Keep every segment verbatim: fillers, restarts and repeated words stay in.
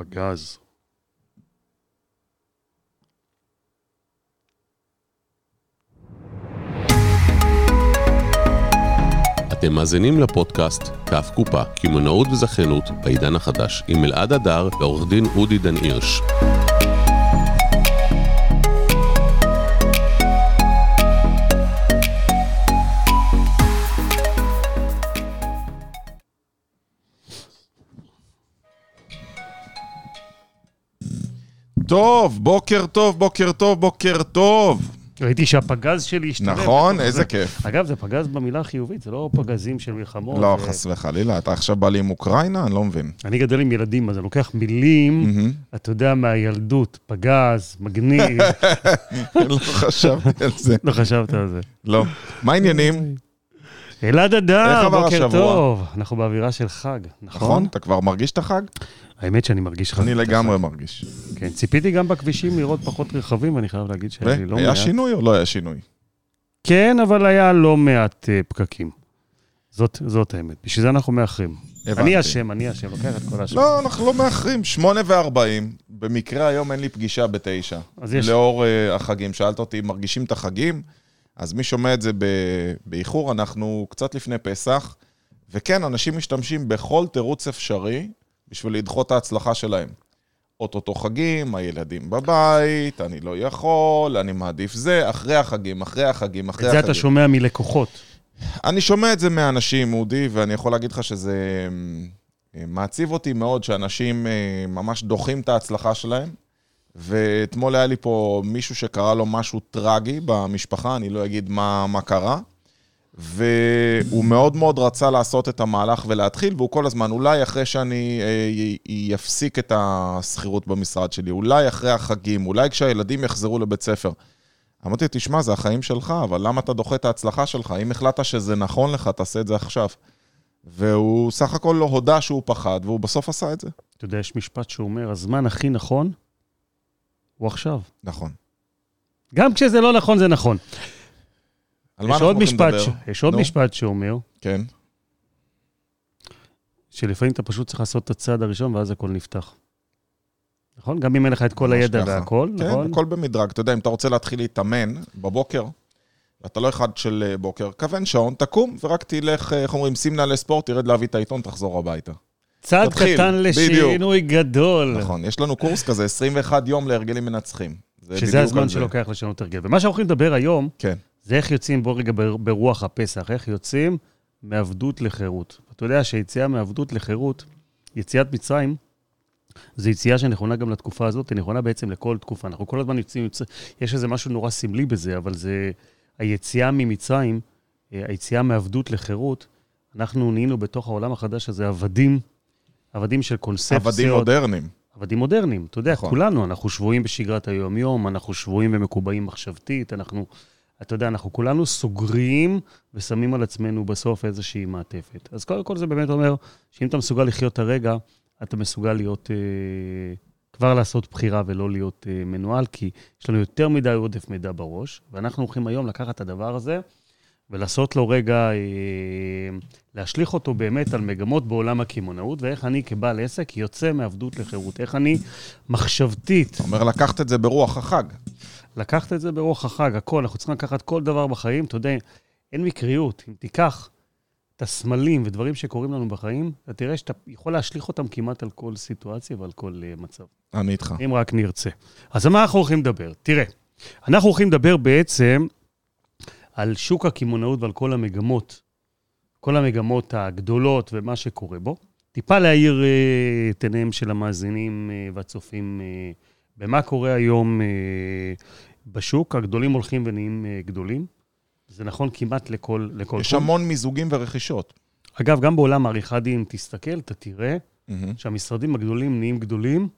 פגז. אתם מאזינים לפודקאסט כף קופה, קמעונאות וזכיינות בעידן החדש, עם אלעד הדר ועורך דין אודי דן הירש. טוב, בוקר טוב, בוקר טוב, בוקר טוב. ראיתי שהפגז שלי השתלב. נכון, איזה כיף. אגב, זה פגז במילה חיובית, זה לא פגזים של מלחמות. לא, חס וחלילה, אתה עכשיו בא לי עם אוקראינה? אני לא מבין. אני גדל עם ילדים, אז אני לוקח מילים, אתה יודע, מהילדות, פגז, מגניב. לא חשבתי על זה. לא חשבת על זה. לא. מה העניינים? אלעד הדר, בוקר טוב. אנחנו באווירה של חג, נכון? נכון, אתה כבר מרגיש את החג? האמת שאני מרגיש חג. אני לגמרי מרגיש. כן, ציפיתי גם בכבישים לראות פחות רכבים, ואני חייב להגיד שהיה לי לא מעט. היה שינוי או לא היה שינוי? כן, אבל היה לא מעט פקקים. זאת, זאת האמת. בשביל זה אנחנו מאחרים. אני אשם, אני אשם, לוקח את כל השם. לא, אנחנו לא מאחרים. שמונה וארבעים. במקרה היום אין לי פגישה בתשע. לאור החגים. שאלת אותי, מרגישים את החגים? אז מי שומע את זה באיחור, אנחנו קצת לפני פסח, וכן, אנשים משתמשים בכל תירוץ אפשרי, בשביל לדחות את ההצלחה שלהם. אוטוטו חגים, הילדים בבית, אני לא יכול, אני מעדיף זה, אחרי החגים, אחרי החגים, אחרי החגים. את זה אתה שומע מלקוחות. אני שומע את זה מאנשים, אודי, ואני יכול להגיד לך שזה מעציב אותי מאוד, שאנשים ממש דוחים את ההצלחה שלהם, ואתמול היה לי פה מישהו שקרא לו משהו טרגי במשפחה, אני לא אגיד מה, מה קרה, והוא מאוד מאוד רצה לעשות את המהלך ולהתחיל, והוא כל הזמן, אולי אחרי שאני יפסיק את הסחירות במשרד שלי, אולי אחרי החגים, אולי כשהילדים יחזרו לבית ספר. אמרתי, תשמע, זה החיים שלך, אבל למה אתה דוחה את ההצלחה שלך? אם החלטת שזה נכון לך, תעשה את זה עכשיו. והוא סך הכל לא הודע שהוא פחד, והוא בסוף עשה את זה. אתה יודע, יש משפט שאומר, הזמן הכי נכון הוא עכשיו. נכון. גם כשזה לא נכון, זה נכון. על מה אנחנו הולכים לדבר? יש עוד משפט שאומר, כן. שלפעמים אתה פשוט צריך לעשות את הצעד הראשון, ואז הכל נפתח. נכון? גם אם אין לך את כל הידע והכל, נכון? כן, הכל במדרג. אתה יודע, אם אתה רוצה להתחיל להתאמן בבוקר, ואתה לא אחד של בוקר, כוון שעון, תקום, ורק תלך, איך אומרים, שים נעלי ספורט, תרד להביא את העיתון, תחזור הביתה. צעד קטן לשינוי גדול. נכון, יש לנו קורס כזה, עשרים ואחד יום להרגלים מנצחים. שזה הזמן שלוקח לשנות הרגל. ומה שאנחנו הולכים לדבר היום, כן. זה איך יוצאים, בוא רגע ברוח הפסח, איך יוצאים מעבדות לחירות. אתה יודע שיציאה מעבדות לחירות, יציאת מצרים, זה יציאה שנכונה גם לתקופה הזאת, היא נכונה בעצם לכל תקופה. אנחנו כל הזמן יוצאים, יש איזה משהו נורא סמלי בזה, אבל זה היציאה ממצרים, היציאה מעבדות לחירות, אנחנו נהיינו בתוך העולם החדש הזה, עבדים, עבדים של קונספציות. עבדים מודרניים. עבדים מודרניים, אתה יודע, נכון. כולנו, אנחנו שבועים בשגרת היום-יום, אנחנו שבועים ומקובעים מחשבתית, אנחנו, אתה יודע, אנחנו כולנו סוגרים ושמים על עצמנו בסוף איזושהי מעטפת. אז קודם כל זה באמת אומר, שאם אתה מסוגל לחיות את הרגע, אתה מסוגל להיות, אה, כבר לעשות בחירה ולא להיות אה, מנועל, כי יש לנו יותר מדי עודף מידע בראש, ואנחנו הולכים היום לקחת את הדבר הזה, ולעשות לו רגע, אה, להשליך אותו באמת על מגמות בעולם הקמעונאות, ואיך אני כבעל עסק יוצא מעבדות לחירות, איך אני מחשבתית. אתה אומר, לקחת את זה ברוח החג. לקחת את זה ברוח החג, הכל, אנחנו צריכים לקחת כל דבר בחיים, אתה יודע, אין מקריות, אם תיקח את הסמלים ודברים שקורים לנו בחיים, אתה תראה שאתה יכול להשליך אותם כמעט על כל סיטואציה ועל כל uh, מצב. אני איתך. אם רק נרצה. אז מה אנחנו הולכים לדבר? תראה, אנחנו הולכים לדבר בעצם על שוק הקמעונאות ועל כל המגמות, כל המגמות הגדולות ומה שקורה בו. טיפה להעיר uh, את עיניהם של המאזינים uh, והצופים uh, במה קורה היום uh, בשוק. הגדולים הולכים ונהיים uh, גדולים. זה נכון כמעט לכל... לכל יש המון מיזוגים ורכישות. אגב, גם בעולם העריכת דין, תסתכל, אתה תראה mm-hmm. שהמשרדים הגדולים נהיים גדולים,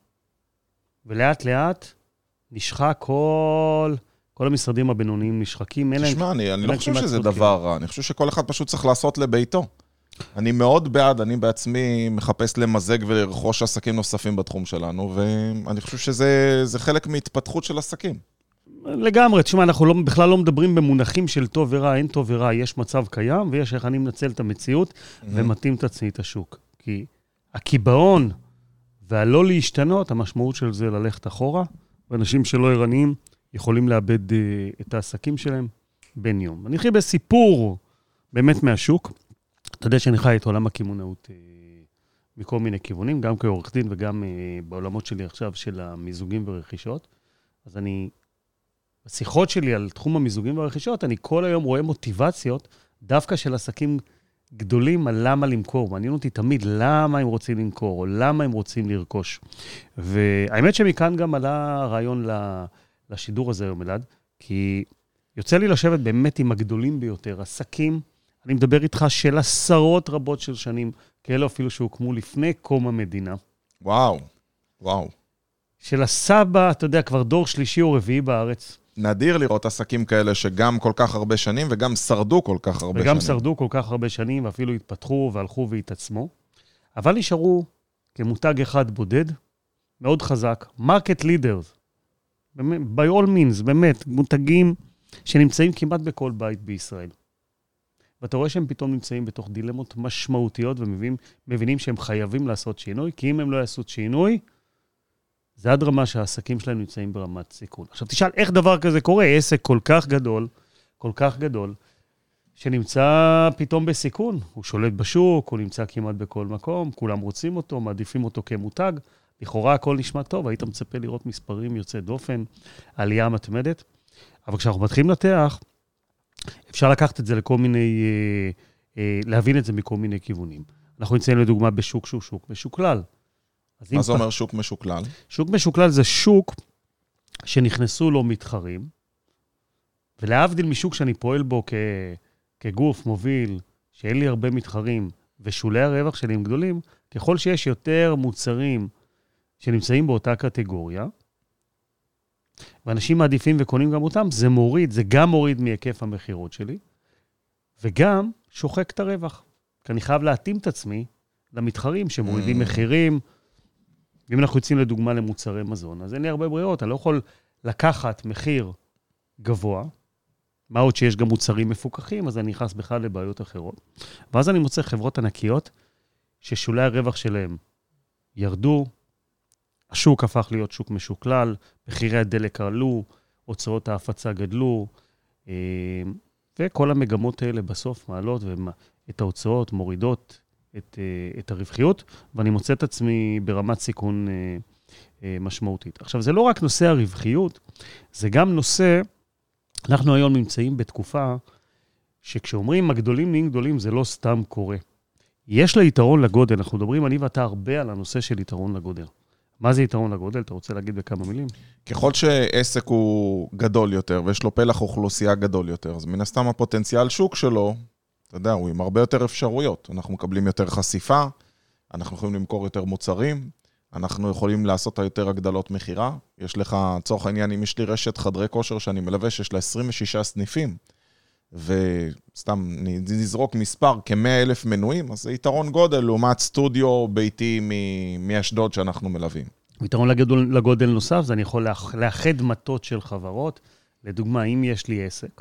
ולאט לאט נשחק כל... כל המשרדים הבינוניים נשחקים. תשמע, אני, אני לא חושב שזה דבר רע. אני חושב שכל אחד פשוט צריך לעשות לביתו. אני מאוד בעד, אני בעצמי מחפש למזג ולרכוש עסקים נוספים בתחום שלנו, ואני חושב שזה זה חלק מהתפתחות של עסקים. לגמרי, תשמע, אנחנו לא, בכלל לא מדברים במונחים של טוב ורע, אין טוב ורע, יש מצב קיים, ויש איך אני מנצל את המציאות, mm-hmm. ומתאים את עצמי את השוק. כי הקיבעון והלא להשתנות, המשמעות של זה ללכת אחורה, ואנשים שלא ערניים יכולים לאבד את העסקים שלהם בין יום. אני אתחיל בסיפור באמת מהשוק. אתה יודע שאני חי את עולם הכימונאות מכל מיני כיוונים, גם כעורך דין וגם בעולמות שלי עכשיו של המיזוגים ורכישות. אז אני, בשיחות שלי על תחום המיזוגים והרכישות, אני כל היום רואה מוטיבציות דווקא של עסקים גדולים על למה למכור. מעניין אותי תמיד למה הם רוצים למכור, או למה הם רוצים לרכוש. והאמת שמכאן גם עלה רעיון לשידור הזה היום, אלעד, כי יוצא לי לשבת באמת עם הגדולים ביותר, עסקים, אני מדבר איתך של עשרות רבות של שנים, כאלה אפילו שהוקמו לפני קום המדינה. וואו, וואו. של הסבא, אתה יודע, כבר דור שלישי או רביעי בארץ. נדיר לראות עסקים כאלה שגם כל כך הרבה שנים, וגם שרדו כל כך הרבה וגם שנים. וגם שרדו כל כך הרבה שנים, ואפילו התפתחו והלכו והתעצמו. אבל נשארו כמותג אחד בודד, מאוד חזק, market leaders, by all means, באמת, מותגים שנמצאים כמעט בכל בית בישראל. ואתה רואה שהם פתאום נמצאים בתוך דילמות משמעותיות, ומבינים שהם חייבים לעשות שינוי, כי אם הם לא יעשו שינוי, זה עד רמה שהעסקים שלהם נמצאים ברמת סיכון. עכשיו תשאל, איך דבר כזה קורה? עסק כל כך גדול, כל כך גדול, שנמצא פתאום בסיכון. הוא שולט בשוק, הוא נמצא כמעט בכל מקום, כולם רוצים אותו, מעדיפים אותו כמותג. לכאורה הכל נשמע טוב, היית מצפה לראות מספרים יוצא דופן, עלייה מתמדת. אבל כשאנחנו מתחילים לתח, אפשר לקחת את זה לכל מיני, להבין את זה מכל מיני כיוונים. אנחנו נמצאים לדוגמה בשוק שהוא שוק משוקלל. מה זה אומר שוק משוקלל? שוק משוקלל זה שוק שנכנסו לו מתחרים, ולהבדיל משוק שאני פועל בו כ... כגוף מוביל, שאין לי הרבה מתחרים, ושולי הרווח שלי הם גדולים, ככל שיש יותר מוצרים שנמצאים באותה קטגוריה, ואנשים מעדיפים וקונים גם אותם, זה מוריד, זה גם מוריד מהיקף המחירות שלי, וגם שוחק את הרווח. כי אני חייב להתאים את עצמי למתחרים שמורידים מחירים, ואם אנחנו יוצאים לדוגמה למוצרי מזון, אז אין לי הרבה בריאות, אני לא יכול לקחת מחיר גבוה, מה עוד שיש גם מוצרים מפוקחים, אז אני נכנס בכלל לבעיות אחרות. ואז אני מוצא חברות ענקיות, ששולי הרווח שלהם ירדו, השוק הפך להיות שוק משוקלל, מחירי הדלק עלו, הוצאות ההפצה גדלו, וכל המגמות האלה בסוף מעלות את ההוצאות, מורידות את, את הרווחיות, ואני מוצא את עצמי ברמת סיכון משמעותית. עכשיו, זה לא רק נושא הרווחיות, זה גם נושא, אנחנו היום נמצאים בתקופה, שכשאומרים הגדולים נהיים גדולים, זה לא סתם קורה. יש לה יתרון לגודל, אנחנו מדברים, אני ואתה הרבה על הנושא של יתרון לגודל. מה זה יתרון לגודל? אתה רוצה להגיד בכמה מילים? ככל שעסק הוא גדול יותר, ויש לו פלח אוכלוסייה גדול יותר, אז מן הסתם הפוטנציאל שוק שלו, אתה יודע, הוא עם הרבה יותר אפשרויות. אנחנו מקבלים יותר חשיפה, אנחנו יכולים למכור יותר מוצרים, אנחנו יכולים לעשות יותר הגדלות מחירה. יש לך, צורך העניין, אם יש לי רשת חדרי כושר שאני מלווה, שיש לה עשרים ושישה סניפים, וסתם נזרוק מספר כ-מאה אלף מנויים, אז זה יתרון גודל לעומת סטודיו ביתי מאשדוד שאנחנו מלווים. יתרון לגודל, לגודל נוסף, זה אני יכול לאחד מטות של חברות. לדוגמה, אם יש לי עסק,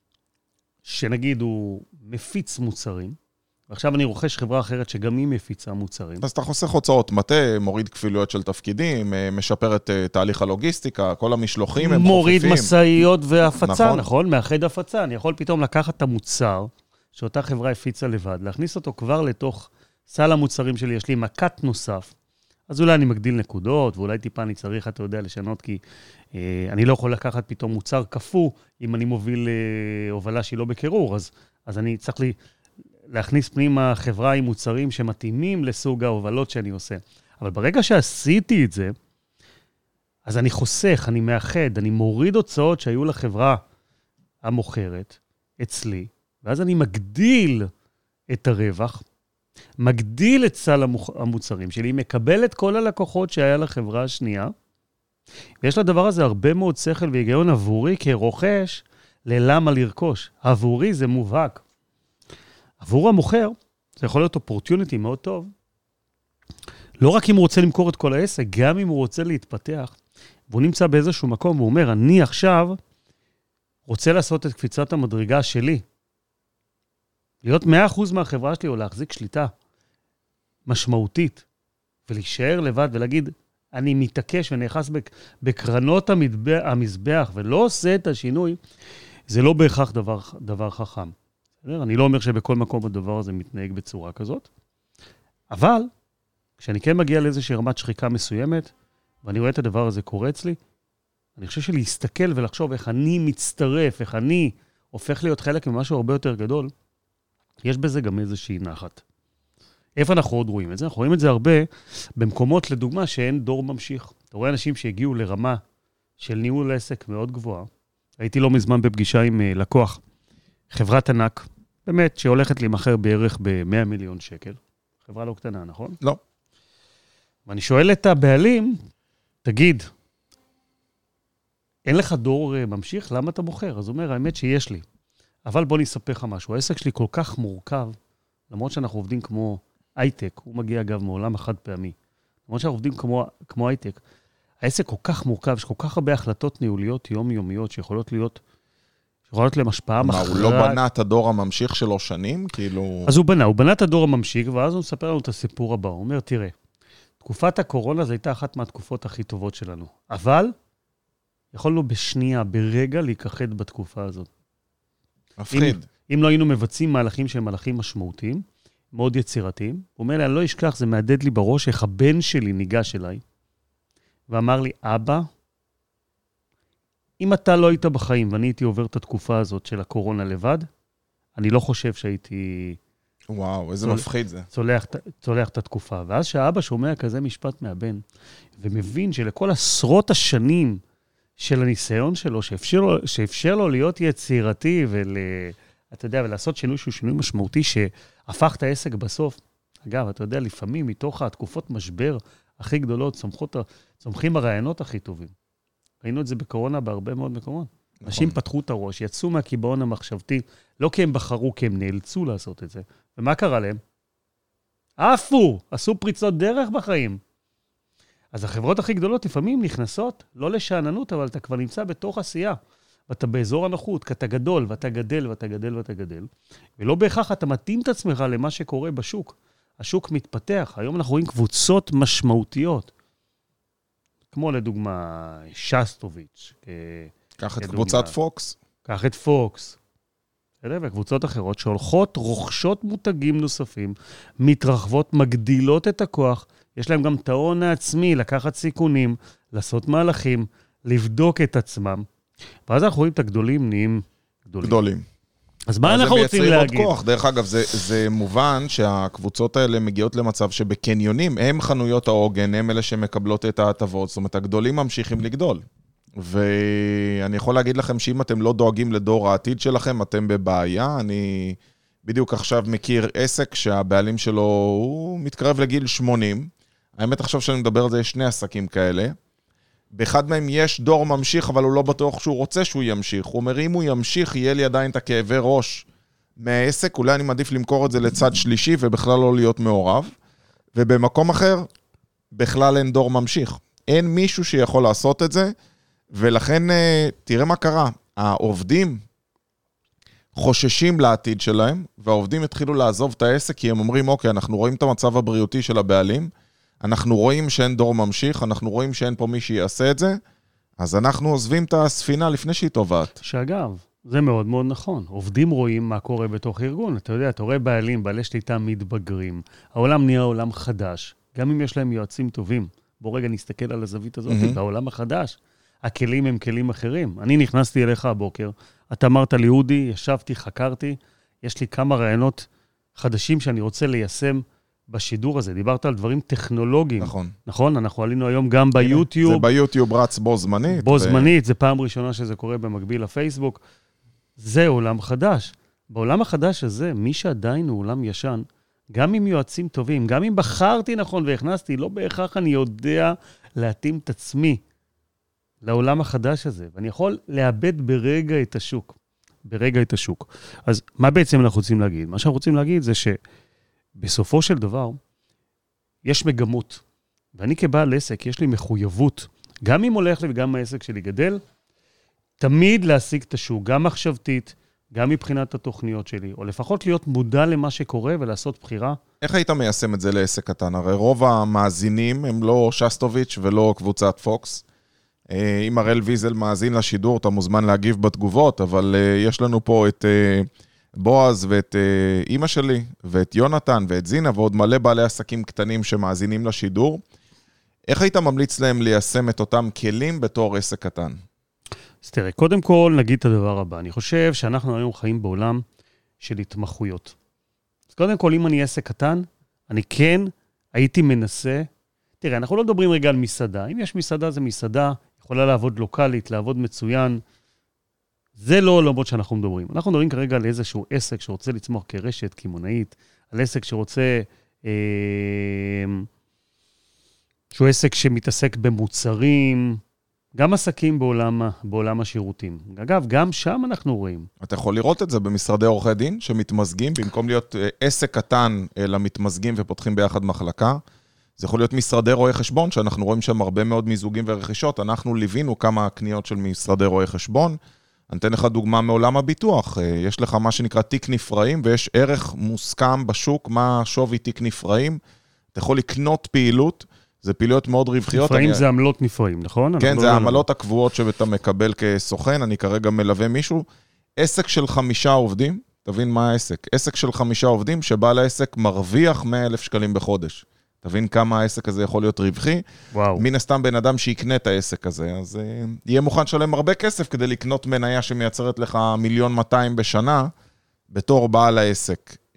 שנגיד הוא מפיץ מוצרים, ועכשיו אני רוכש חברה אחרת שגם היא מפיצה מוצרים. אז אתה חוסך הוצאות מטה, מוריד כפילויות של תפקידים, משפר את תהליך הלוגיסטיקה, כל המשלוחים הם מוריד חופפים. מסעיות והפצה, נכון? נכון? נכון? מאחד הפצה. אני יכול פתאום לקחת את המוצר, שאותה חברה הפיצה לבד, להכניס אותו כבר לתוך סל המוצרים שלי, יש לי מקת נוסף, אז אולי אני מגדיל נקודות, ואולי טיפה אני צריך, אתה יודע, לשנות, כי אה, אני לא יכול לקחת פתאום מוצר כפו, אם אני מוביל אה, הובלה שהיא לא בקירור, אז, אז אני צריך לי להכניס פנימה חברה עם מוצרים שמתאימים לסוג ההובלות שאני עושה. אבל ברגע שעשיתי את זה, אז אני חוסך, אני מאחד, אני מוריד הוצאות שהיו לחברה המוכרת אצלי, ואז אני מגדיל את הרווח, מגדיל את סל המוצרים שלי, מקבל את כל הלקוחות שהיה לחברה השנייה, ויש לדבר הזה הרבה מאוד שכל והיגיון עבורי כרוכש ללמה לרכוש. עבורי זה מובהק. עבור המוכר, זה יכול להיות אופורטיוניטי מאוד טוב, לא רק אם הוא רוצה למכור את כל העסק, גם אם הוא רוצה להתפתח, והוא נמצא באיזשהו מקום, והוא אומר, אני עכשיו רוצה לעשות את קפיצת המדרגה שלי, להיות מאה אחוז מהחברה שלי, או להחזיק שליטה משמעותית ולהישאר לבד ולהגיד, אני מתעקש ונאחס בקרנות המזבח ולא עושה את השינוי, זה לא בהכרח דבר, דבר חכם. אני לא אומר שבכל מקום הדבר הזה מתנהג בצורה כזאת, אבל כשאני כן מגיע לאיזושהי רמת שחיקה מסוימת, ואני רואה את הדבר הזה קורה אצלי, אני חושב שלהסתכל ולחשוב איך אני מצטרף, איך אני הופך להיות חלק ממשהו הרבה יותר גדול, יש בזה גם איזושהי נחת. איפה אנחנו עוד רואים את זה? אנחנו רואים את זה הרבה במקומות, לדוגמה, שאין דור ממשיך. אתה רואה אנשים שהגיעו לרמה של ניהול עסק מאוד גבוהה. הייתי לא מזמן בפגישה עם לקוח, חברת ענק, באמת, שהולכת להימחר בערך ב-מאה מיליון שקל. חברה לא קטנה, נכון? לא. ואני שואל את הבעלים, תגיד, אין לך דור ממשיך? למה אתה בוחר? אז הוא אומר, האמת שיש לי. אבל בוא נספר לך משהו. העסק שלי כל כך מורכב, למרות שאנחנו עובדים כמו הייטק, הוא מגיע אגב מעולם החד פעמי. למרות שאנחנו עובדים כמו, כמו הייטק, העסק כל כך מורכב, יש כל כך הרבה החלטות ניהוליות יומיומיות שיכולות להיות, שיכולות להם השפעה מכרעת. מה, הוא לא בנה את הדור הממשיך שלו שנים? כאילו... אז הוא בנה, הוא בנה את הדור הממשיך, ואז הוא מספר לנו את הסיפור הבא. הוא אומר, תראה, תקופת הקורונה זו הייתה אחת מהתקופות הכי טובות שלנו. אבל יכולנו בשנייה, ברגע, להיכחד בתקופה הזאת. מפחיד. אם, אם לא היינו מבצעים מהלכים שהם מהלכים משמעותיים, מאוד יצירתיים, הוא אומר לי, אני לא אשכח, זה מעדד לי בראש איך הבן שלי ניגש אליי, ואמר לי, אבא, אם אתה לא היית בחיים, ואני הייתי עובר את התקופה הזאת של הקורונה לבד, אני לא חושב שהייתי... וואו, איזה צול... מפחיד זה. צולח, צולח את התקופה. ואז שהאבא שומע כזה משפט מהבן, ומבין שלכל עשרות השנים של הניסיון שלו, שאפשר לו, שאפשר לו להיות יצירתי, ול... אתה יודע, ולעשות שינוי שהוא שינוי משמעותי, שהפך את העסק בסוף. אגב, אתה יודע, לפעמים מתוך התקופות משבר הכי גדולות, צומחות, צומחים הרעיונות הכי טובים. ראינו את זה בקורונה בהרבה מאוד מקומות. נכון. אנשים פתחו את הראש, יצאו מהקיבעון המחשבתי, לא כי הם בחרו, כי הם נאלצו לעשות את זה. ומה קרה להם? עפו, עשו פריצות דרך בחיים. אז החברות הכי גדולות לפעמים נכנסות, לא לשעננות, אבל אתה כבר נמצא בתוך עשייה. ואתה באזור הנוחות, כי אתה גדול, ואתה גדל, ואתה גדל, ואתה גדל. ולא בהכרח אתה מתאים את עצמך למה שקורה בשוק. השוק מתפתח. היום אנחנו רואים קבוצות משמעותיות. כמו לדוגמה, שסטוביץ'. קח את קבוצת פוקס. קח את פוקס. וקבוצות אחרות שהולכות, רוכשות מותגים נוספים, מתרחבות, מגדילות את הכוח, יש להם גם את ההון העצמי, לקחת סיכונים, לעשות מהלכים, לבדוק את עצמם. ואז אנחנו רואים את הגדולים נהיים גדולים. גדולים. אז מה אנחנו רוצים להגיד? כוח. דרך אגב, זה, זה מובן שהקבוצות האלה מגיעות למצב שבקניונים, הם חנויות העוגן, הם אלה שמקבלות את ההטבות, זאת אומרת, הגדולים ממשיכים לגדול. ואני יכול להגיד לכם שאם אתם לא דואגים לדור העתיד שלכם, אתם בבעיה. אני בדיוק עכשיו מכיר עסק שהבעלים שלו הוא מתקרב לגיל שמונים. האמת עכשיו שאני מדבר על זה, יש שני עסקים כאלה. באחד מהם יש דור ממשיך, אבל הוא לא בטוח שהוא רוצה שהוא ימשיך. הוא אומר, אם הוא ימשיך, יהיה לי עדיין את הכאבי ראש מהעסק, אולי אני מעדיף למכור את זה לצד שלישי, ובכלל לא להיות מעורב. ובמקום אחר, בכלל אין דור ממשיך. אין מישהו שיכול לעשות את זה, ולכן תראה מה קרה. העובדים חוששים לעתיד שלהם, והעובדים התחילו לעזוב את העסק, כי הם אומרים, אוקיי, אנחנו רואים את המצב הבריאותי של הבעלים, אנחנו רואים שאין דור ממשיך, אנחנו רואים שאין פה מי שיעשה את זה, אז אנחנו עוזבים את הספינה לפני שהיא טובעת. שאגב, זה מאוד מאוד נכון. עובדים רואים מה קורה בתוך ארגון. אתה יודע, אתה רואה בעלים, בעלי שליטה מתבגרים. העולם נהיה עולם חדש, גם אם יש להם יועצים טובים. בוא רגע נסתכל על הזווית הזאת, mm-hmm. בעולם החדש. הכלים הם כלים אחרים. אני נכנסתי אליך הבוקר, אתה אמרת לי, אודי, ישבתי, חקרתי, יש לי כמה רעיונות חדשים שאני רוצה ליישם בשידור הזה. דיברת על דברים טכנולוגיים. נכון. נכון? אנחנו עלינו היום גם ביוטיוב. זה ביוטיוב רץ בו זמנית. בו זמנית, זה פעם ראשונה שזה קורה במקביל לפייסבוק. זה עולם חדש. בעולם החדש הזה, מי שעדיין הוא עולם ישן, גם עם יועצים טובים, גם אם בחרתי נכון והכנסתי, לא בהכרח אני יודע להתאים את עצמי לעולם החדש הזה, ואני יכול לאבד ברגע את השוק. ברגע את השוק. אז מה בעצם אנחנו רוצים להגיד? מה שאנחנו רוצים להגיד זה שבסופו של דבר, יש מגמות, ואני כבעל עסק, יש לי מחויבות, גם אם הולך לי וגם העסק שלי גדל, תמיד להשיג את השוק, גם מחשבתית, גם מבחינת התוכניות שלי, או לפחות להיות מודע למה שקורה ולעשות בחירה. איך היית מיישם את זה לעסק קטן? הרי רוב המאזינים הם לא שסטוביץ' ולא קבוצת פוקס. אם הראל ויזל מאזין לשידור, אתה מוזמן להגיב בתגובות, אבל יש לנו פה את בועז ואת אמא שלי, ואת יונתן ואת זינה, ועוד מלא בעלי עסקים קטנים שמאזינים לשידור. איך היית ממליץ להם ליישם את אותם כלים בתור עסק קטן? אז תראה, קודם כל נגיד את הדבר הבא. אני חושב שאנחנו היום חיים בעולם של התמחויות. אז קודם כל, אם אני עסק קטן, אני כן הייתי מנסה, תראה, אנחנו לא מדברים רגע על מסעדה. אם יש מסעדה, זה מסעדה, יכולה לעבוד לוקלית, לעבוד מצוין. זה לא עולמות שאנחנו מדברים. אנחנו מדברים כרגע על איזשהו עסק שרוצה לצמוח כרשת, כימונאית, על עסק שרוצה, אה, שהוא עסק שמתעסק במוצרים, גם עסקים בעולם, בעולם השירותים. אגב, גם שם אנחנו רואים. אתה יכול לראות את זה במשרדי עורכי דין שמתמזגים, במקום להיות עסק קטן, אלא מתמזגים ופותחים ביחד מחלקה. זה יכול להיות משרדי רואי חשבון, שאנחנו רואים שם הרבה מאוד מיזוגים ורכישות. אנחנו ליווינו כמה קניות של משרדי רואי חשבון. אני אתן לך דוגמה מעולם הביטוח. יש לך מה שנקרא תיק נפרעים, ויש ערך מוסכם בשוק, מה שווי תיק נפרעים. אתה יכול לקנות פעילות, זה פעילויות מאוד רווחיות. נפרעים זה עמלות נפרעים, נכון? כן, זה העמלות הקבועות שאתה מקבל כסוכן. אני כרגע מלווה מישהו. עסק של חמישה עובדים, תבין מה העסק. עסק של חמישה עובדים, שבעל העסק מרוויח מאה אלף שקלים בחודש. תבין כמה העסק הזה יכול להיות רווחי. וואו. מן הסתם בן אדם שיקנה את העסק הזה, אז uh, יהיה מוכן לשלם הרבה כסף כדי לקנות מניה שמייצרת לך מיליון מאתיים בשנה, בתור בעל העסק. Uh,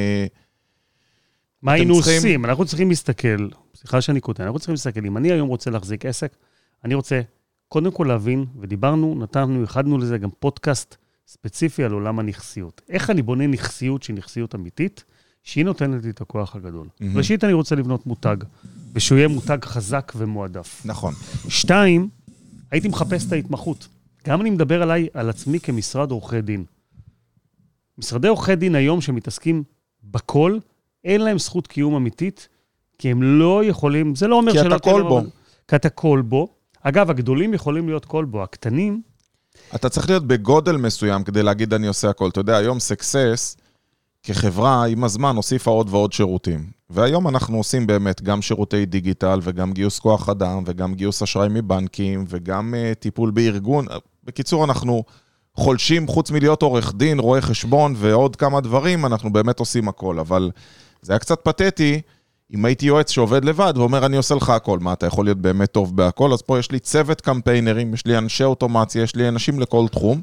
מה היינו צריכים... עושים? אנחנו צריכים להסתכל, סליחה שאני קוטע, אנחנו צריכים להסתכל, אם אני היום רוצה להחזיק עסק, אני רוצה קודם כל להבין, ודיברנו, נתנו, יחדנו לזה גם פודקאסט ספציפי על עולם הנכסיות. איך אני בונה נכסיות שהיא נכסיות אמיתית, שהיא נותנת לי את הכוח הגדול. Mm-hmm. ראשית, אני רוצה לבנות מותג, ושהוא יהיה מותג חזק ומועדף. נכון. שתיים, הייתי מחפש את ההתמחות. גם אני מדבר עליי, על עצמי כמשרד עורכי דין. משרדי עורכי דין היום שמתעסקים בכל, אין להם זכות קיום אמיתית, כי הם לא יכולים, זה לא אומר כי שלא... כי אתה כל בו. אבל, כי אתה כל בו. אגב, הגדולים יכולים להיות כל בו, הקטנים... אתה צריך להיות בגודל מסוים כדי להגיד אני עושה הכל. אתה יודע, היום סקסס... כחברה, עם הזמן, הוסיפה עוד ועוד שירותים. והיום אנחנו עושים באמת גם שירותי דיגיטל, וגם גיוס כוח אדם, וגם גיוס אשראי מבנקים, וגם uh, טיפול בארגון. בקיצור, אנחנו חולשים, חוץ מלהיות עורך דין, רואה חשבון, ועוד כמה דברים, אנחנו באמת עושים הכל. אבל זה היה קצת פתטי, אם הייתי יועץ שעובד לבד, ואומר, אני עושה לך הכל. מה, אתה יכול להיות באמת טוב בהכל? אז פה יש לי צוות קמפיינרים, יש לי אנשי אוטומציה, יש לי אנשים לכל תחום.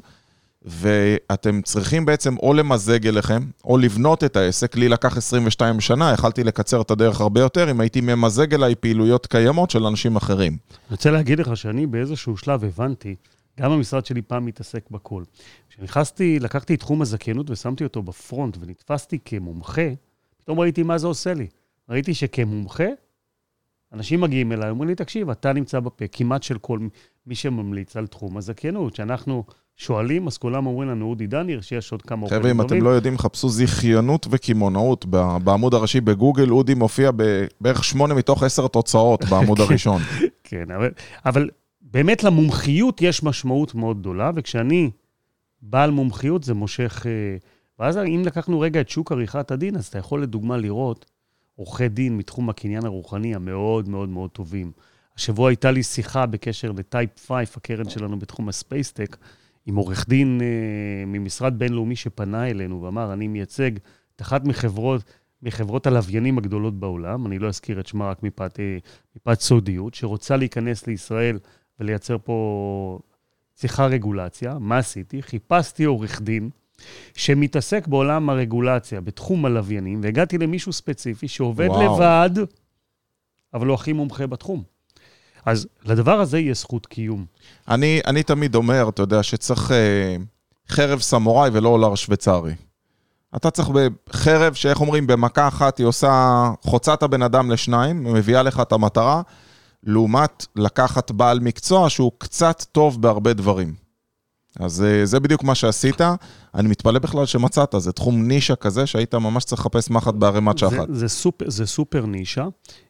ואתם צריכים בעצם או למזג אליכם, או לבנות את העסק. לי לקח עשרים ושתיים שנה, יכלתי לקצר את הדרך הרבה יותר, אם הייתי ממזג אליי פעילויות קיימות של אנשים אחרים. אני רוצה להגיד לך שאני באיזשהו שלב הבנתי, גם המשרד שלי פעם מתעסק בכל. כשנכנסתי, לקחתי את תחום הזכיינות ושמתי אותו בפרונט, ונתפסתי כמומחה, פתאום ראיתי מה זה עושה לי. ראיתי שכמומחה, אנשים מגיעים אליי, אומרים לי, תקשיב, אתה נמצא בפה, כמעט של כל מי שממליץ על תחום הזכיינות, שאנחנו שואלים, אז כולם אומרים לנו, אודי דניר, שיש עוד כמה... חבר'ה, אם אתם לא יודעים, חפשו זכיינות וכימונאות. בעמוד הראשי בגוגל, אודי מופיע בערך שמונה מתוך עשר תוצאות בעמוד הראשון. כן, אבל, אבל באמת למומחיות יש משמעות מאוד גדולה, וכשאני בעל מומחיות זה מושך... ואז אם לקחנו רגע את שוק עריכת הדין, אז אתה יכול לדוגמה לראות עורכי דין מתחום הקניין הרוחני המאוד מאוד מאוד טובים. השבוע הייתה לי שיחה בקשר לטייפ חמש, הקרן שלנו בתחום הספייסטק, עם עורך דין אה, ממשרד בינלאומי שפנה אלינו ואמר, אני מייצג את אחת מחברות, מחברות הלוויינים הגדולות בעולם, אני לא אזכיר את שמה רק מפאת, אה, מפאת סודיות, שרוצה להיכנס לישראל ולייצר פה צריכה רגולציה. מה עשיתי? חיפשתי עורך דין שמתעסק בעולם הרגולציה, בתחום הלוויינים, והגעתי למישהו ספציפי שעובד וואו. לבד, אבל הוא הכי מומחה בתחום. אז לדבר הזה יש זכות קיום. אני, אני תמיד אומר, אתה יודע, שצריך אה, חרב סמוראי ולא אולר שוויצרי. אתה צריך בחרב שאיך אומרים, במכה אחת היא עושה, חוצה את הבן אדם לשניים, מביאה לך את המטרה, לעומת לקחת בעל מקצוע שהוא קצת טוב בהרבה דברים. אז זה בדיוק מה שעשית. אני מתפלא בכלל שמצאת, זה תחום נישה כזה שהיית ממש צריך לחפש מחט בערימת שחת. זה, זה, סופר, זה סופר נישה.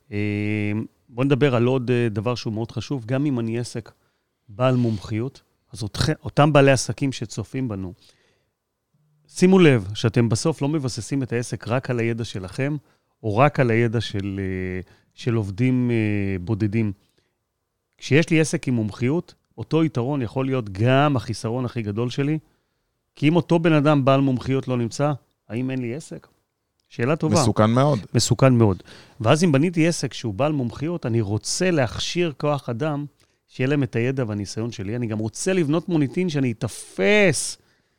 בוא נדבר על עוד דבר שהוא מאוד חשוב. גם אם אני עסק בעל מומחיות, אז אותם בעלי עסקים שצופים בנו, שימו לב שאתם בסוף לא מבססים את העסק רק על הידע שלכם, או רק על הידע של, של עובדים בודדים. כשיש לי עסק עם מומחיות, אותו יתרון יכול להיות גם החיסרון הכי גדול שלי, כי אם אותו בן אדם בעל מומחיות לא נמצא, האם אין לי עסק? שאלה טובה. מסוכן מאוד. מסוכן מאוד. ואז אם בניתי עסק שהוא בעל מומחיות, אני רוצה להכשיר כוח אדם, שיהיה להם את הידע והניסיון שלי. אני גם רוצה לבנות מוניטין שאני אתפס.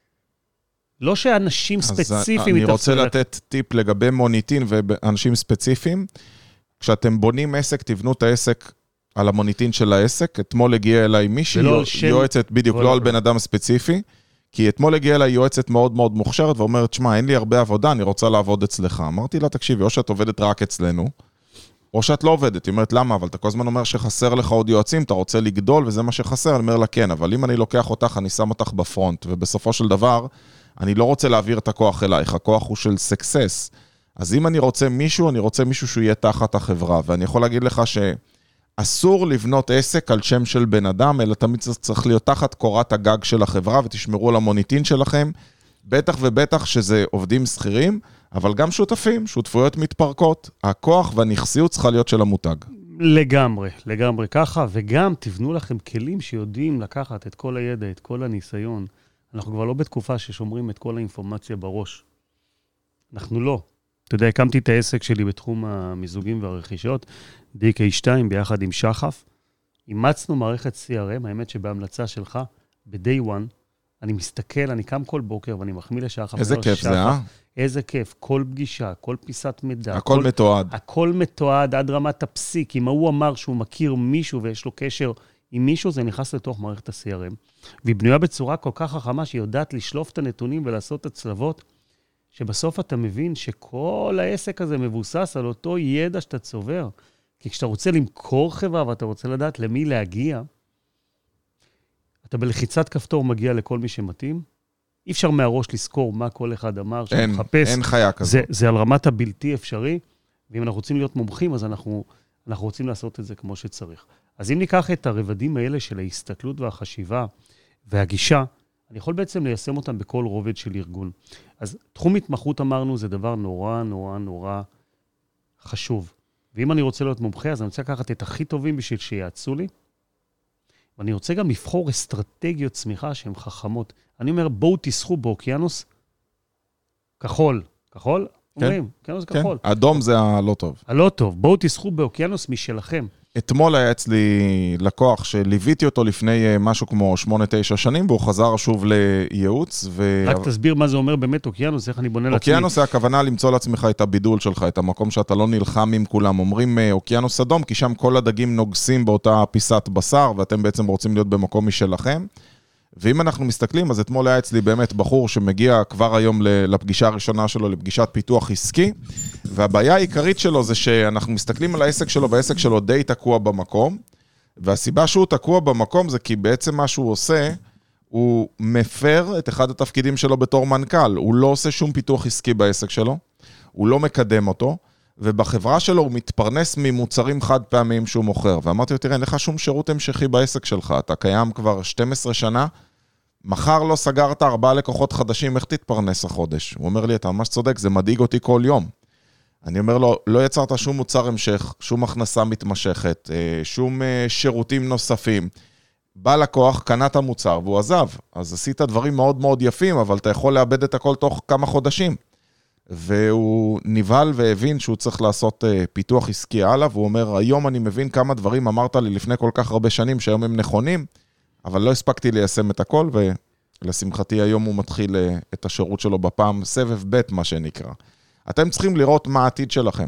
לא שאנשים ספציפיים יתפסו. אני רוצה לתת טיפ לגבי מוניטין ואנשים ספציפיים. כשאתם בונים עסק, תבנו את העסק על המוניטין של העסק. אתמול הגיע אליי מישהי, יועצת, בדיוק, לא על בן אדם ספציפי. כי אתמול הגיעה אליי יועצת מאוד מאוד מוכשרת, ואומרת, שמה, אין לי הרבה עבודה, אני רוצה לעבוד אצלך. אמרתי לה, תקשיבי, או שאת עובדת רק אצלנו, או שאת לא עובדת. היא אומרת, למה? אבל אתה כל הזמן אומר שחסר לך עוד יועצים, אתה רוצה לגדול, וזה מה שחסר. אני אומר לה, כן, אבל אם אני לוקח אותך, אני שם אותך בפרונט, ובסופו של דבר, אני לא רוצה להעביר את הכוח אלייך, הכוח הוא של סקסס. אז אם אני רוצה מישהו, אני רוצה מישהו שהוא יהיה תחת החברה, ואני יכול להגיד לך ש... אסור לבנות עסק על שם של בן אדם, אלא תמיד צריך להיות תחת קורת הגג של החברה, ותשמרו על המוניטין שלכם, בטח ובטח שזה עובדים שכירים, אבל גם שותפים, שותפויות מתפרקות. הכוח והנכסיות צריכה להיות של המותג. לגמרי, לגמרי ככה, וגם תבנו לכם כלים שיודעים לקחת את כל הידע, את כל הניסיון. אנחנו כבר לא בתקופה ששומרים את כל האינפורמציה בראש. אנחנו לא. אתה יודע, הקמתי את העסק שלי בתחום המיזוגים והרכישות, די קיי שתיים ביחד עם שחף. אימצנו מערכת סי אר אם, האמת שבהמלצה שלך, ב-day one, אני מסתכל, אני קם כל בוקר ואני מחמיא לשחף. איזה כיף שחף, זה, אה? איזה כיף, כל פגישה, כל פיסת מידע. הכל כל, מתועד. הכל מתועד עד רמת הפסיק. אם הוא אמר שהוא מכיר מישהו ויש לו קשר עם מישהו, זה נכנס לתוך מערכת ה-סי אר אם. והיא בנויה בצורה כל כך חכמה שהיא יודעת לשלוף את הנתונים ולעשות את הצלבות, שבסוף אתה מבין שכל העסק הזה מבוסס על אותו ידע שאתה צובר. כי כשאתה רוצה למכור חברה ואתה רוצה לדעת למי להגיע, אתה בלחיצת כפתור מגיע לכל מי שמתאים. אי אפשר מהראש לזכור מה כל אחד אמר, אין, שמחפש. אין חיה כזאת. זה, זה על רמת הבלתי אפשרי, ואם אנחנו רוצים להיות מומחים, אז אנחנו, אנחנו רוצים לעשות את זה כמו שצריך. אז אם ניקח את הרבדים האלה של ההסתכלות והחשיבה והגישה, אני יכול בעצם ליישם אותם בכל רובד של ארגון. אז תחום התמחות אמרנו, זה דבר נורא, נורא, נורא חשוב. ואם אני רוצה להיות מומחה, אז אני רוצה לקחת את הכי טובים בשביל שיעצו לי, ואני רוצה גם לבחור אסטרטגיות צמיחה שהן חכמות. אני אומר, בואו תסחו באוקיינוס כחול. כחול? כן. אומרים, אוקיינוס כן. כחול. אדום זה הלא טוב. הלא טוב. בואו תסחו באוקיינוס משלכם. אתמול היה אצלי לקוח שליוויתי אותו לפני משהו כמו שמונה תשע שנים, והוא חזר שוב לייעוץ. ו... רק תסביר מה זה אומר באמת אוקיינוס, איך אני בונה לעצמי. אוקיינוס זה הכוונה למצוא לעצמך את הבידול שלך, את המקום שאתה לא נלחם עם כולם. אומרים אוקיינוס אדום, כי שם כל הדגים נוגסים באותה פיסת בשר, ואתם בעצם רוצים להיות במקום משלכם. ואם אנחנו מסתכלים, אז אתמול היה אצלי באמת בחור שמגיע כבר היום לפגישה הראשונה שלו, לפגישת פיתוח עסקי, והבעיה העיקרית שלו זה שאנחנו מסתכלים על העסק שלו, והעסק שלו די תקוע במקום, והסיבה שהוא תקוע במקום זה כי בעצם מה שהוא עושה, הוא מפר את אחד התפקידים שלו בתור מנכ"ל, הוא לא עושה שום פיתוח עסקי בעסק שלו, הוא לא מקדם אותו, ובחברה שלו הוא מתפרנס ממוצרים חד פעמיים שהוא מוכר. ואמרתי לו, תראה, אין לך שום שירות המשכי בעסק שלך, אתה קיים כבר שתים עשרה שנה, מחר לא סגרת ארבעה לקוחות חדשים, איך תתפרנס החודש? הוא אומר לי, אתה ממש צודק, זה מדאיג אותי כל יום. אני אומר לו, לא יצרת שום מוצר המשך, שום הכנסה מתמשכת, שום שירותים נוספים. בא לקוח, קנה את המוצר והוא עזב. אז עשית דברים מאוד מאוד יפים, אבל אתה יכול לאבד את הכל תוך כמה חודשים. והוא נבהל והבין שהוא צריך לעשות פיתוח עסקי הלאה, והוא אומר, היום אני מבין כמה דברים אמרת לי לפני כל כך הרבה שנים, שהיום הם נכונים, אבל לא הספקתי ליישם את הכל, ולשמחתי היום הוא מתחיל את השירות שלו בפעם סבב ב' מה שנקרא. אתם צריכים לראות מה העתיד שלכם.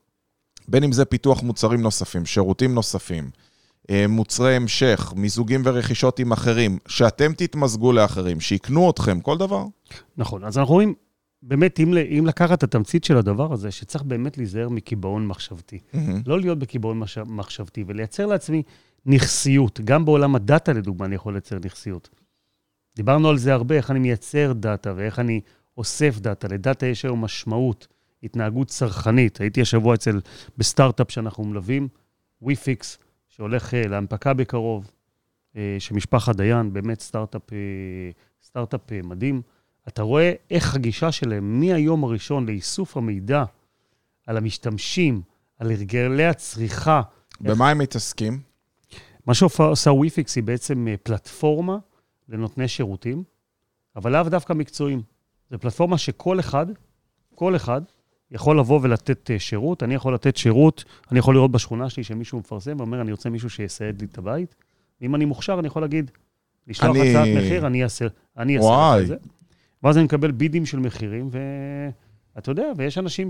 בין אם זה פיתוח מוצרים נוספים, שירותים נוספים, מוצרי המשך, מיזוגים ורכישות עם אחרים, שאתם תתמזגו לאחרים, שיקנו אתכם, כל דבר. נכון, אז אנחנו רואים, באמת, אם, אם לקחת את התמצית של הדבר הזה, שצריך באמת להיזהר מקיבעון מחשבתי. Mm-hmm. לא להיות בקיבעון מחשבתי, ולייצר לעצמי נכסיות. גם בעולם הדאטה, לדוגמה, אני יכול לייצר נכסיות. דיברנו על זה הרבה, איך אני מייצר דאטה, ואיך אני אוסף דאטה. לדאטה יש היום משמעות, התנהגות צרכנית. הייתי השבוע אצל, בסטארט-אפ שאנחנו מלווים, וויפיקס, שהולך להנפקה בקרוב, שמשפחת דיין, באמת סטארט-אפ, סטארט-אפ מדהים. אתה רואה איך הגישה שלהם מהיום הראשון לאיסוף המידע על המשתמשים, על הרגלי הצריכה. במה איך... הם מתעסקים? מה שעושה וויפיקס היא בעצם פלטפורמה לנותני שירותים, אבל לאו דווקא מקצועיים. זו פלטפורמה שכל אחד, כל אחד, יכול לבוא ולתת שירות. אני יכול לתת שירות, אני יכול לראות בשכונה שלי שמישהו מפרסם, ואומר, אני רוצה מישהו שיסייד לי את הבית. ואם אני מוכשר, אני יכול להגיד, לשלוח אני... הצעת מחיר, אני אעשה, אני אעשה את זה. ואז אני מקבל בידים של מחירים, ואתה יודע, ויש אנשים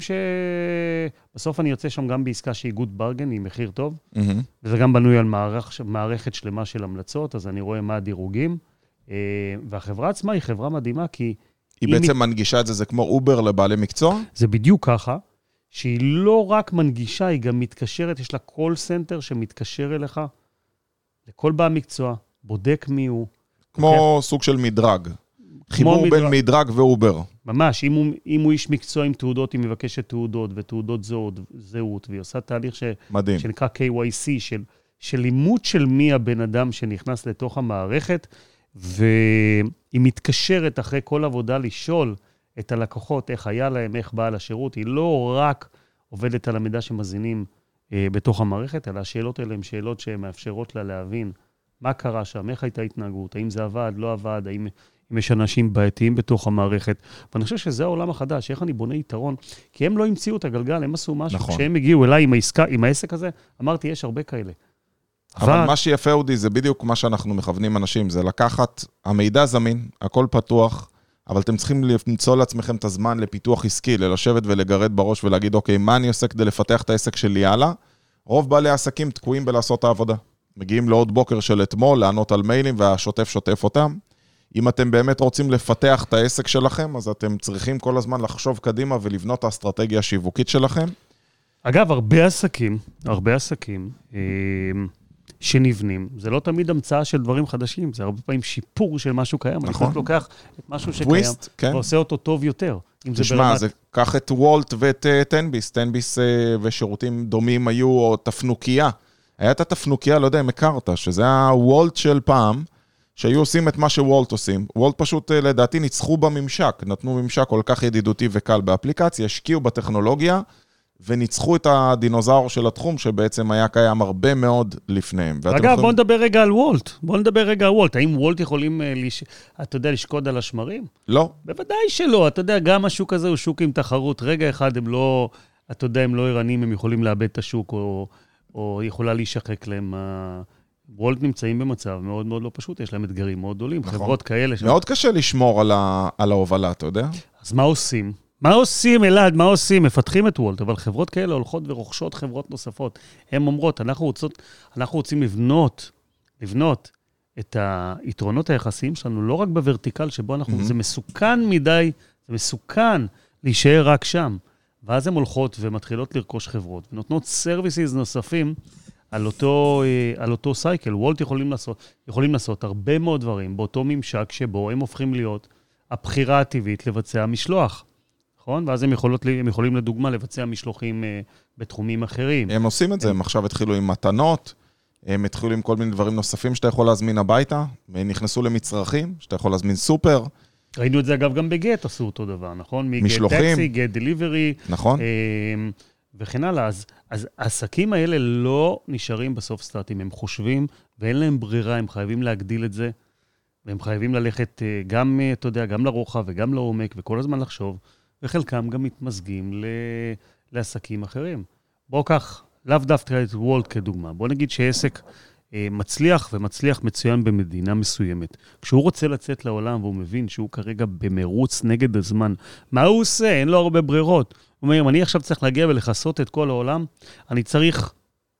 שבסוף אני יוצא שם גם בעסקה שהיא גוד ברגן, היא מחיר טוב, mm-hmm. וזה גם בנוי על מערכ... מערכת שלמה של המלצות, אז אני רואה מה הדירוגים, והחברה עצמה היא חברה מדהימה, כי... היא בעצם היא... מנגישה את זה, זה כמו אובר לבעלי מקצוע? זה בדיוק ככה, שהיא לא רק מנגישה, היא גם מתקשרת, יש לה קול סנטר שמתקשר אליך, לכל בעל מקצוע, בודק מי הוא. כמו okay. סוג של מדרג. חיבור מדרג. בין מדרג ואובר. ממש, אם הוא, אם הוא איש מקצוע עם תעודות, היא מבקשת תעודות ותעודות זהות, זהות והיא עושה תהליך ש... שנקרא קיי וואי סי, של, של לימוד של מי הבן אדם שנכנס לתוך המערכת, והיא מתקשרת אחרי כל עבודה לשאול את הלקוחות, איך היה להם, איך באה לשירות. היא לא רק עובדת על המידע שמזינים אה, בתוך המערכת, אלא השאלות האלה הן שאלות שהן מאפשרות לה להבין מה קרה שם, איך הייתה התנהגות, האם זה עבד, לא עבד, האם, האם יש אנשים בעייתיים בתוך המערכת. ואני חושב שזה העולם החדש, איך אני בונה יתרון, כי הם לא המציאו את הגלגל, הם עשו משהו. נכון. כשהם הגיעו אליי עם העסקה, עם העסק הזה, אמרתי, יש הרבה כאלה. אבל, אבל מה שיפה אודי, זה בדיוק מה שאנחנו מכוונים אנשים, זה לקחת, המידע זמין, הכל פתוח, אבל אתם צריכים למצוא לעצמכם את הזמן לפיתוח עסקי, ללשבת ולגרד בראש ולהגיד, אוקיי, מה אני עושה כדי לפתח את העסק שלי הלאה? רוב בעלי העסקים תקועים בלעשות העבודה. מגיעים לעוד בוקר של אתמול, לענות על מיילים, והשוטף שוטף אותם. אם אתם באמת רוצים לפתח את העסק שלכם, אז אתם צריכים כל הזמן לחשוב קדימה ולבנות את האסטרטגיה השיווקית שלכם. אגב, הרבה עסקים, הרבה עסקים, שנבנים, זה לא תמיד המצאה של דברים חדשים, זה הרבה פעמים שיפור של משהו קיים. נכון. אני לוקח את משהו שקיים, טוויסט, כן. ועושה אותו טוב יותר. תשמע, ברמת... זה, קח את וולט ואת טנביס, טנביס ושירותים דומים היו, או תפנוקיה. היה את התפנוקיה, לא יודע אם הכרת, שזה הוולט של פעם, שהיו עושים את מה שוולט עושים. וולט פשוט, לדעתי, ניצחו בממשק, נתנו ממשק כל כך ידידותי וקל באפליקציה, השקיעו בטכנולוגיה, וניצחו את הדינוזאור של התחום, שבעצם היה קיים הרבה מאוד לפניהם. אגב, יכולים... בוא נדבר רגע על וולט. בוא נדבר רגע על וולט. האם וולט יכולים, לש... אתה יודע, לשקוד על השמרים? לא. בוודאי שלא. אתה יודע, גם השוק הזה הוא שוק עם תחרות. רגע אחד הם לא, אתה יודע, הם לא ערניים, הם יכולים לאבד את השוק, או, או יכולה להישחק להם. וולט נמצאים במצב מאוד מאוד לא פשוט. יש להם אתגרים מאוד גדולים. נכון. חברות כאלה... מאוד ש... קשה לשמור על, ה... על ההובלה, אתה יודע? אז מה עושים? מה עושים, אלעד? מה עושים? מפתחים את וולט, אבל חברות כאלה הולכות ורוכשות חברות נוספות. הן אומרות, אנחנו רוצות, אנחנו רוצים לבנות, לבנות את היתרונות היחסיים שלנו, לא רק בוורטיקל שבו אנחנו, mm-hmm. זה מסוכן מדי, זה מסוכן להישאר רק שם. ואז הן הולכות ומתחילות לרכוש חברות, ונותנות סרוויסיז נוספים על אותו, על אותו סייקל. וולט יכולים לעשות, יכולים לעשות הרבה מאוד דברים, באותו ממשק שבו הם הופכים להיות הבחירה הטבעית לבצע משלוח. ואז הם, יכולות, הם יכולים לדוגמה לבצע משלוחים אה, בתחומים אחרים. הם עושים את זה, הם, הם עכשיו התחילו עם מתנות, הם התחילו עם כל מיני דברים נוספים שאתה יכול להזמין הביתה, הם נכנסו למצרכים, שאתה יכול להזמין סופר. ראינו את זה אגב גם בגט, עשו אותו דבר, נכון? משלוחים. מגט טקסי, גט דליברי. נכון. אה, וכן הלאה. אז, אז העסקים האלה לא נשארים בסוף סטארטים, הם חושבים, ואין להם ברירה, הם חייבים להגדיל את זה, והם חייבים ללכת גם, אתה יודע, גם לרוחב וגם לעומק, וכל הזמן לחשוב. וחלקם גם מתמזגים ל... לעסקים אחרים. בואו כך, לאו דווקא את וולט כדוגמה. בואו נגיד שעסק אה, מצליח ומצליח מצוין במדינה מסוימת. כשהוא רוצה לצאת לעולם והוא מבין שהוא כרגע במרוץ נגד הזמן, מה הוא עושה? אין לו הרבה ברירות. הוא אומר, אם אני עכשיו צריך להגיע ולחסות את כל העולם, אני צריך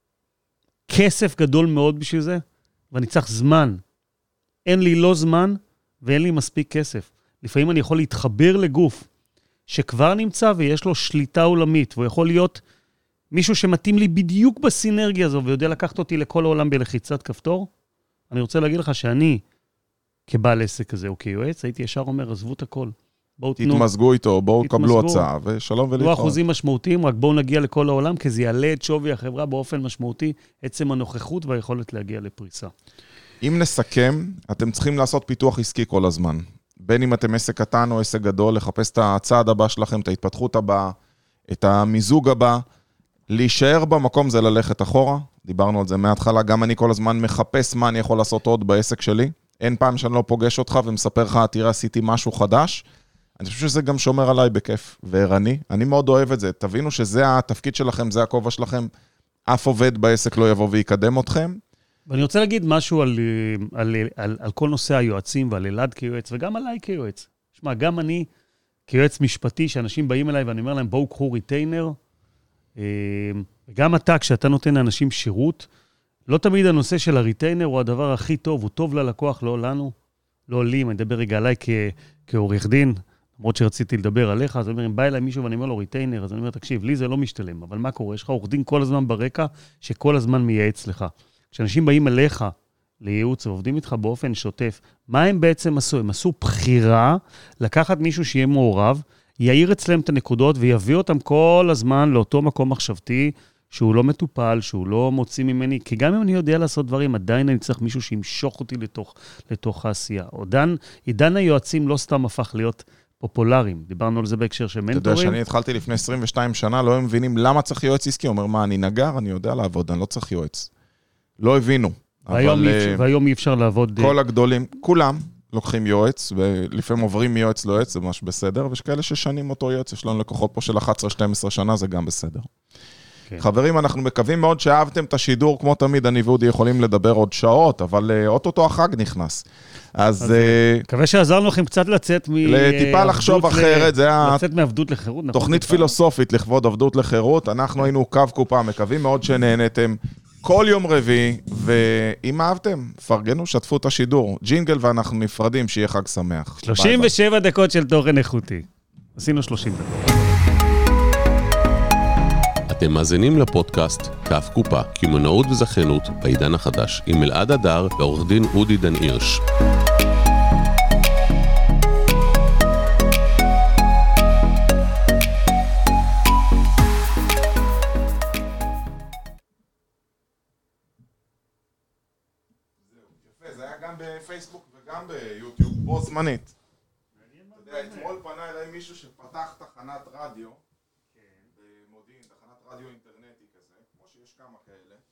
כסף גדול מאוד בשביל זה, ואני צריך זמן. אין לי לא זמן ואין לי מספיק כסף. לפעמים אני יכול להתחבר לגוף, שכבר נמצא ויש לו שליטה עולמית, והוא יכול להיות מישהו שמתאים לי בדיוק בסינרגיה הזו, ויודע לקחת אותי לכל העולם בלחיצת כפתור. אני רוצה להגיד לך שאני, כבעל עסק כזה, או כיועץ, הייתי ישר אומר, עזבו את הכל. בואו תנו. תתמזגו איתו, בואו קבלו הצעה, ושלום ולהתראות. לא אחוזים משמעותיים, רק בואו נגיע לכל העולם, כי זה יעלה את שווי החברה באופן משמעותי, עצם הנוכחות והיכולת להגיע לפריסה. אם נסכם, אתם צריכים לעשות פיתוח עסקי כל הזמן. בין אם אתם עסק קטן או עסק גדול, לחפש את הצעד הבא שלכם, את ההתפתחות הבאה, את המיזוג הבא, להישאר במקום זה ללכת אחורה, דיברנו על זה מההתחלה, גם אני כל הזמן מחפש מה אני יכול לעשות עוד בעסק שלי, אין פעם שאני לא פוגש אותך ומספר לך, תראה, עשיתי משהו חדש, אני חושב שזה גם שומר עליי בכיף וערני, אני מאוד אוהב את זה, תבינו שזה התפקיד שלכם, זה הכובע שלכם, אף עובד בעסק לא יבוא ויקדם אתכם. ואני רוצה להגיד משהו על, על, על, על כל נושא היועצים ועל אלעד כיועץ, וגם עליי כיועץ. שמע, גם אני כיועץ משפטי, שאנשים באים אליי ואני אומר להם, בואו קחו ריטיינר, וגם אתה, כשאתה נותן לאנשים שירות, לא תמיד הנושא של הריטיינר הוא הדבר הכי טוב, הוא טוב ללקוח, לא לנו, לא לי, אני מדבר רגע עליי כ, כעורך דין, למרות שרציתי לדבר עליך, אז אני אומר, אם בא אליי מישהו ואני אומר לו ריטיינר, אז אני אומר, תקשיב, לי זה לא משתלם, אבל מה קורה? יש לך עורך דין כל הזמן ברקע, שכל הזמן מייעץ לך. כשאנשים באים אליך לייעוץ ועובדים איתך באופן שוטף, מה הם בעצם עשו? הם עשו בחירה לקחת מישהו שיהיה מעורב, יעיר אצלם את הנקודות ויביא אותם כל הזמן לאותו מקום מחשבתי, שהוא לא מטופל, שהוא לא מוציא ממני, כי גם אם אני יודע לעשות דברים, עדיין אני צריך מישהו שימשוך אותי לתוך, לתוך העשייה. עידן, עידן היועצים לא סתם הפך להיות פופולריים. דיברנו על זה בהקשר של מנטורים. אתה יודע שאני התחלתי לפני עשרים ושתיים שנה, לא מבינים למה צריך יועץ עסקי. אומר, מה, אני נגר, אני יודע לעבוד, אני לא צריך יועץ. לא הבינו. והיום, אבל, אי אפשר, והיום אי אפשר לעבוד... כל הגדולים, כולם לוקחים יועץ, ולפעמים עוברים מיועץ ליועץ, זה ממש בסדר, ויש כאלה ששנים אותו יועץ, יש לנו לקוחות פה של אחת עשרה שתים עשרה שנה, זה גם בסדר. כן. חברים, אנחנו מקווים מאוד שאהבתם את השידור, כמו תמיד, אני ואודי יכולים לדבר עוד שעות, אבל אוטוטו החג נכנס. אז... מקווה שעזרנו לכם קצת לצאת מ... לטיפה לחשוב אחרת, זה היה... לצאת מעבדות לחירות. תוכנית פילוסופית לכבוד עבדות לחירות, אנחנו היינו קו קופה, מקווים מאוד שנהנתם. כל יום רביעי, ואם אהבתם, פרגנו, שתפו את השידור. ג'ינגל ואנחנו נפרדים, שיהיה חג שמח. שלושים ושבע דקות של תוכן איכותי. עשינו שלושים דקות. אתם מאזינים לפודקאסט כף קופה, קמעונאות וזכיינות בעידן החדש, עם אלעד הדר ועורך דין אודי דן הירש. בפייסבוק וגם ביוטיוב, בו זמנית. אתה יודע, אתמול פנה אליי מישהו שפתח תחנת רדיו, במודיעין, תחנת רדיו אינטרנטי כזה, כמו שיש כמה כאלה,